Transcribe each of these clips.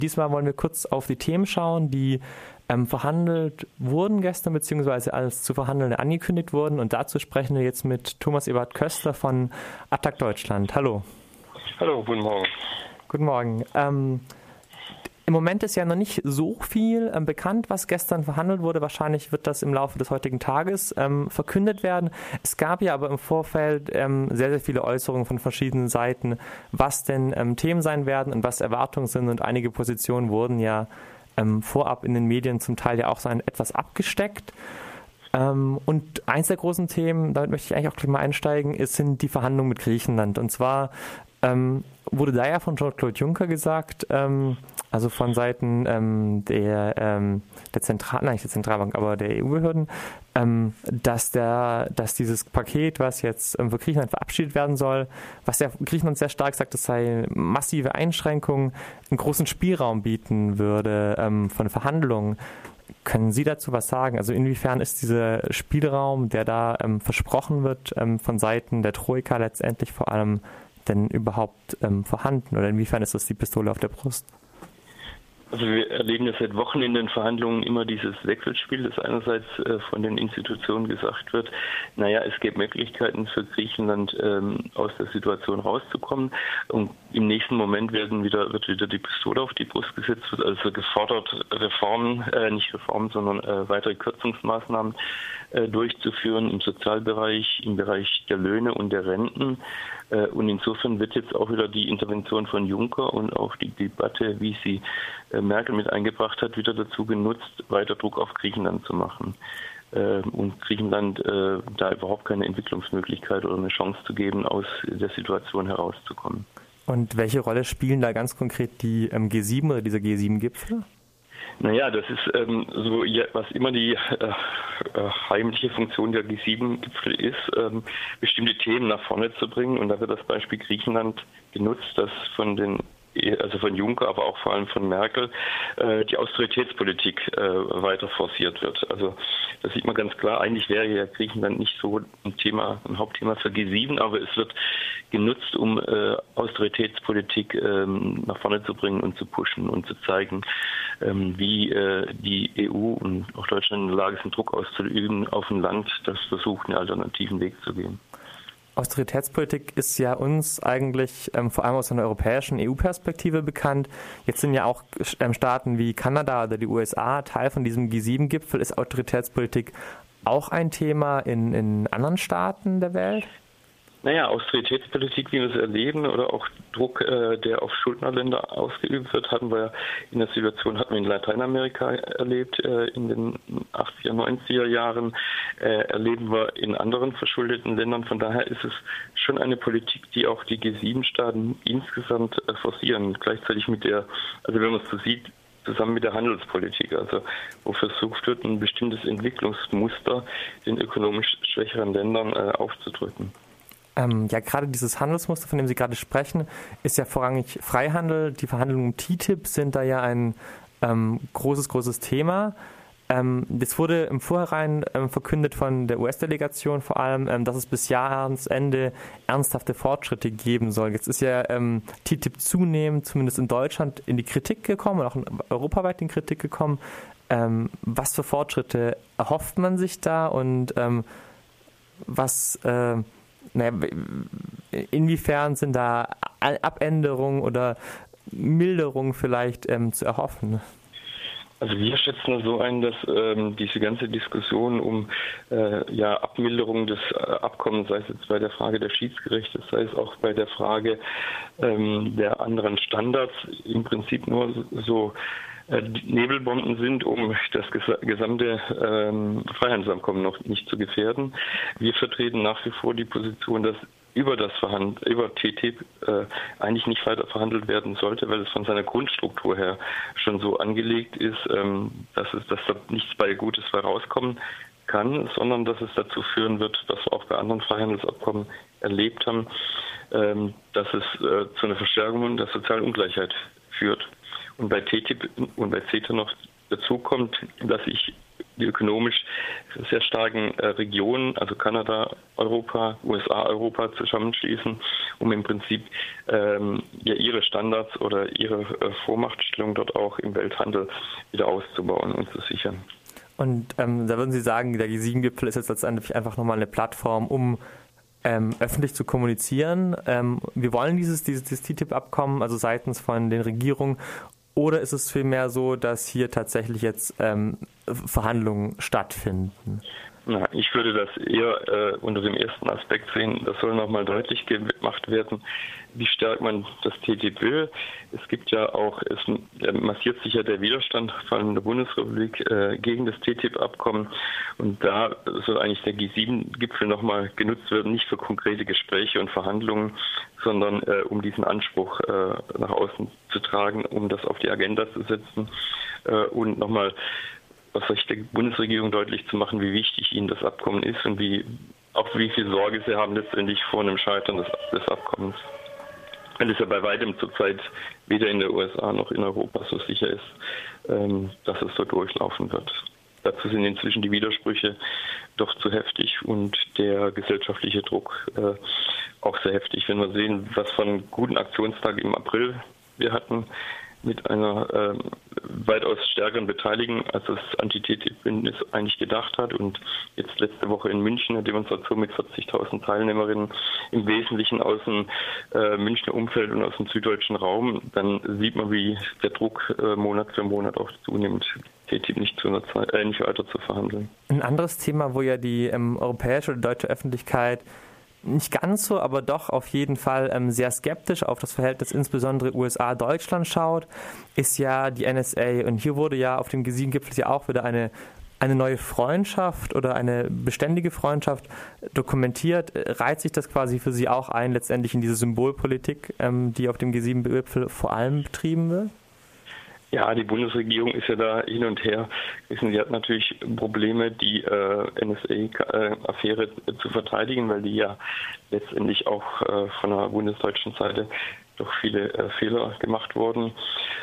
Diesmal wollen wir kurz auf die Themen schauen, die verhandelt wurden gestern, beziehungsweise als zu Verhandelnde angekündigt wurden. Und dazu sprechen wir jetzt mit Thomas Ebert Köster von Attac Deutschland. Hallo. Hallo, guten Morgen. Guten Morgen. Im Moment ist ja noch nicht so viel bekannt, was gestern verhandelt wurde. Wahrscheinlich wird das im Laufe des heutigen Tages verkündet werden. Es gab ja aber im Vorfeld sehr, sehr viele Äußerungen von verschiedenen Seiten, was denn Themen sein werden und was Erwartungen sind. Und einige Positionen wurden ja vorab in den Medien zum Teil ja auch so etwas abgesteckt. Und eins der großen Themen, damit möchte ich eigentlich auch gleich mal einsteigen, sind die Verhandlungen mit Griechenland. Und zwar wurde da ja von Jean-Claude Juncker gesagt, also von Seiten der Zentralbank, aber der EU-Behörden, dass dieses Paket, was jetzt für Griechenland verabschiedet werden soll, was ja Griechenland sehr stark sagt, es sei massive Einschränkungen, einen großen Spielraum bieten würde von Verhandlungen. Können Sie dazu was sagen? Also inwiefern ist dieser Spielraum, der da versprochen wird von Seiten der Troika letztendlich vor allem denn überhaupt vorhanden? Oder inwiefern ist das die Pistole auf der Brust? Also wir erleben ja seit Wochen in den Verhandlungen immer dieses Wechselspiel, das einerseits von den Institutionen gesagt wird, naja, es gibt Möglichkeiten für Griechenland aus der Situation rauszukommen, und im nächsten Moment wird wieder die Pistole auf die Brust gesetzt, wird also gefordert, sondern weitere Kürzungsmaßnahmen durchzuführen im Sozialbereich, im Bereich der Löhne und der Renten. Und insofern wird jetzt auch wieder die Intervention von Juncker und auch die Debatte, wie sie Merkel mit eingebracht hat, wieder dazu genutzt, weiter Druck auf Griechenland zu machen. Und Griechenland da überhaupt keine Entwicklungsmöglichkeit oder eine Chance zu geben, aus der Situation herauszukommen. Und welche Rolle spielen da ganz konkret die G7 oder dieser G7-Gipfel? Naja, das ist was immer die heimliche Funktion der G7-Gipfel ist, bestimmte Themen nach vorne zu bringen. Und da wird das Beispiel Griechenland genutzt, das von Juncker, aber auch vor allem von Merkel, die Austeritätspolitik weiter forciert wird. Also das sieht man ganz klar. Eigentlich wäre ja Griechenland nicht so ein Hauptthema für G7, aber es wird genutzt, um Austeritätspolitik nach vorne zu bringen und zu pushen und zu zeigen, wie die EU und auch Deutschland in der Lage sind, Druck auszuüben auf ein Land, das versucht, einen alternativen Weg zu gehen. Austeritätspolitik ist ja uns eigentlich vor allem aus einer europäischen EU-Perspektive bekannt. Jetzt sind ja auch Staaten wie Kanada oder die USA Teil von diesem G7-Gipfel. Ist Austeritätspolitik auch ein Thema in anderen Staaten der Welt? Naja, Austeritätspolitik, wie wir es erleben, oder auch Druck, der auf Schuldnerländer ausgeübt wird, hatten wir in Lateinamerika erlebt, in den 80er, 90er Jahren, erleben wir in anderen verschuldeten Ländern. Von daher ist es schon eine Politik, die auch die G7-Staaten insgesamt forcieren, gleichzeitig wenn man es so sieht, zusammen mit der Handelspolitik, also wo versucht wird, ein bestimmtes Entwicklungsmuster den ökonomisch schwächeren Ländern aufzudrücken. Ja, gerade dieses Handelsmuster, von dem Sie gerade sprechen, ist ja vorrangig Freihandel. Die Verhandlungen um TTIP sind da ja ein großes Thema. Das wurde im Vorhinein verkündet von der US-Delegation vor allem, dass es bis Jahresende ernsthafte Fortschritte geben soll. Jetzt ist ja TTIP zunehmend, zumindest in Deutschland, in die Kritik gekommen und auch europaweit in die Kritik gekommen. Was für Fortschritte erhofft man sich da und inwiefern sind da Abänderungen oder Milderungen vielleicht zu erhoffen? Also wir schätzen das so ein, dass diese ganze Diskussion um Abmilderung des Abkommens, sei es jetzt bei der Frage der Schiedsgerichte, sei es auch bei der Frage der anderen Standards, im Prinzip nur so Nebelbomben sind, um das gesamte Freihandelsabkommen noch nicht zu gefährden. Wir vertreten nach wie vor die Position, dass über TTIP eigentlich nicht weiter verhandelt werden sollte, weil es von seiner Grundstruktur her schon so angelegt ist, dass da nichts Gutes bei rauskommen kann, sondern dass es dazu führen wird, was wir auch bei anderen Freihandelsabkommen erlebt haben, dass es zu einer Verstärkung der sozialen Ungleichheit führt. Und bei TTIP und bei CETA noch dazu kommt, dass ich die ökonomisch sehr starken Regionen, also Kanada, Europa, USA, Europa zusammenschließen, um im Prinzip ihre Standards oder ihre Vormachtstellung dort auch im Welthandel wieder auszubauen und zu sichern. Und da würden Sie sagen, der G7-Gipfel ist jetzt letztendlich einfach nochmal eine Plattform, um öffentlich zu kommunizieren. Wir wollen dieses TTIP-Abkommen, also seitens von den Regierungen. Oder ist es vielmehr so, dass hier tatsächlich jetzt Verhandlungen stattfinden? Na, ich würde das eher unter dem ersten Aspekt sehen. Das soll nochmal deutlich gemacht werden, wie stark man das TTIP will. Es gibt ja auch, es massiert sich ja der Widerstand vor allem der Bundesrepublik gegen das TTIP-Abkommen. Und da soll eigentlich der G7-Gipfel nochmal genutzt werden, nicht für konkrete Gespräche und Verhandlungen, sondern um diesen Anspruch nach außen zu tragen, um das auf die Agenda zu setzen und nochmal aus Sicht der Bundesregierung deutlich zu machen, wie wichtig ihnen das Abkommen ist und wie viel Sorge sie haben letztendlich vor einem Scheitern des Abkommens. Weil es ja bei weitem zurzeit weder in der USA noch in Europa so sicher ist, dass es so durchlaufen wird. Dazu sind inzwischen die Widersprüche doch zu heftig und der gesellschaftliche Druck auch sehr heftig. Wenn wir sehen, was für einen guten Aktionstag im April wir hatten, mit einer weitaus stärkeren Beteiligung, als das Anti-TTIP-Bündnis eigentlich gedacht hat. Und jetzt letzte Woche in München eine Demonstration mit 40.000 Teilnehmerinnen, im Wesentlichen aus dem Münchner Umfeld und aus dem süddeutschen Raum. Dann sieht man, wie der Druck Monat für Monat auch zunimmt, TTIP nicht weiter zu verhandeln. Ein anderes Thema, wo ja die europäische oder deutsche Öffentlichkeit nicht ganz so, aber doch auf jeden Fall sehr skeptisch auf das Verhältnis insbesondere USA-Deutschland schaut, ist ja die NSA. Und hier wurde ja auf dem G7-Gipfel ja auch wieder eine neue Freundschaft oder eine beständige Freundschaft dokumentiert. Reiht sich das quasi für Sie auch ein, letztendlich in diese Symbolpolitik, die auf dem G7-Gipfel vor allem betrieben wird? Ja, die Bundesregierung ist ja da hin und her. Sie hat natürlich Probleme, die NSA-Affäre zu verteidigen, weil die ja letztendlich auch von der bundesdeutschen Seite doch viele Fehler gemacht wurden.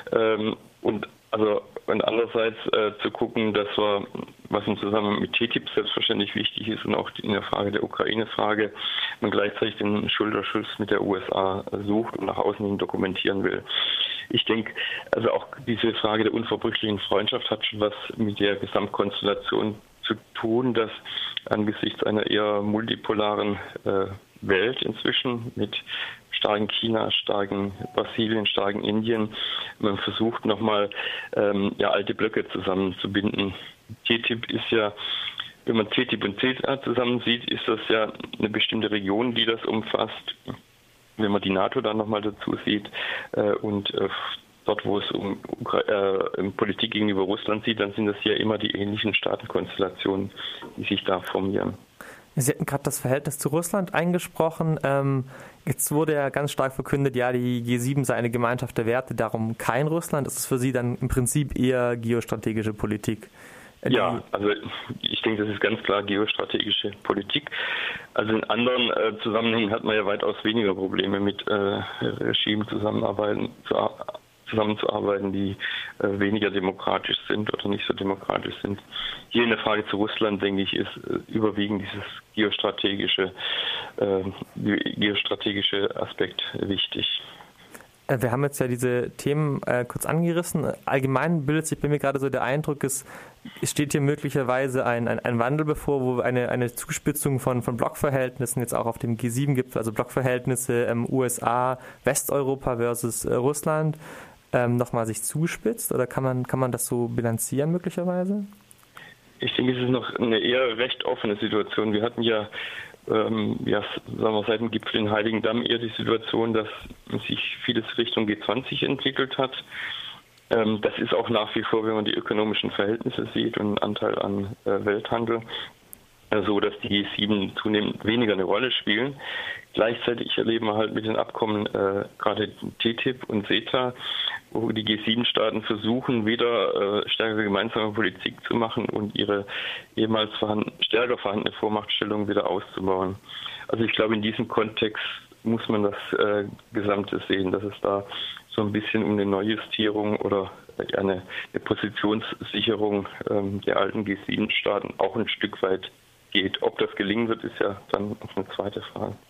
Und andererseits zu gucken, dass wir, was im Zusammenhang mit TTIP selbstverständlich wichtig ist und auch in der Frage der Ukraine-Frage, man gleichzeitig den Schulterschluss mit der USA sucht und nach außen hin dokumentieren will. Ich denke, also auch diese Frage der unverbrüchlichen Freundschaft hat schon was mit der Gesamtkonstellation zu tun, dass angesichts einer eher multipolaren Welt inzwischen mit starken China, starken Brasilien, starken Indien, man versucht nochmal alte Blöcke zusammenzubinden. TTIP ist ja, wenn man TTIP und CETA zusammen sieht, ist das ja eine bestimmte Region, die das umfasst. Wenn man die NATO dann nochmal dazu sieht und dort, wo es um Politik gegenüber Russland sieht, dann sind das ja immer die ähnlichen Staatenkonstellationen, die sich da formieren. Sie hatten gerade das Verhältnis zu Russland angesprochen. Jetzt wurde ja ganz stark verkündet, ja, die G7 sei eine Gemeinschaft der Werte, darum kein Russland. Ist es für Sie dann im Prinzip eher geostrategische Politik? Ja, also ich denke, das ist ganz klar geostrategische Politik. Also in anderen Zusammenhängen hat man ja weitaus weniger Probleme mit Regimen zusammenzuarbeiten, die weniger demokratisch sind oder nicht so demokratisch sind. Hier in der Frage zu Russland, denke ich, ist überwiegend dieses geostrategische Aspekt wichtig. Wir haben jetzt ja diese Themen kurz angerissen. Allgemein bildet sich bei mir gerade so der Eindruck, es steht hier möglicherweise ein Wandel bevor, wo eine Zuspitzung von Blockverhältnissen jetzt auch auf dem G7 gibt, also Blockverhältnisse USA, Westeuropa versus Russland, nochmal sich zuspitzt? Oder kann man das so bilanzieren möglicherweise? Ich denke, es ist noch eine eher recht offene Situation. Wir hatten ja sagen wir seit dem Gipfel in Heiligendamm eher die Situation, dass sich vieles Richtung G20 entwickelt hat. Das ist auch nach wie vor, wenn man die ökonomischen Verhältnisse sieht und einen Anteil an Welthandel, so dass die G7 zunehmend weniger eine Rolle spielen. Gleichzeitig erleben wir halt mit den Abkommen gerade TTIP und CETA, wo die G7-Staaten versuchen, wieder stärkere gemeinsame Politik zu machen und ihre stärker vorhandene Vormachtstellung wieder auszubauen. Also ich glaube, in diesem Kontext muss man das Gesamte sehen, dass es da so ein bisschen um eine Neujustierung oder eine Positionssicherung der alten G7-Staaten auch ein Stück weit geht. Ob das gelingen wird, ist ja dann noch eine zweite Frage.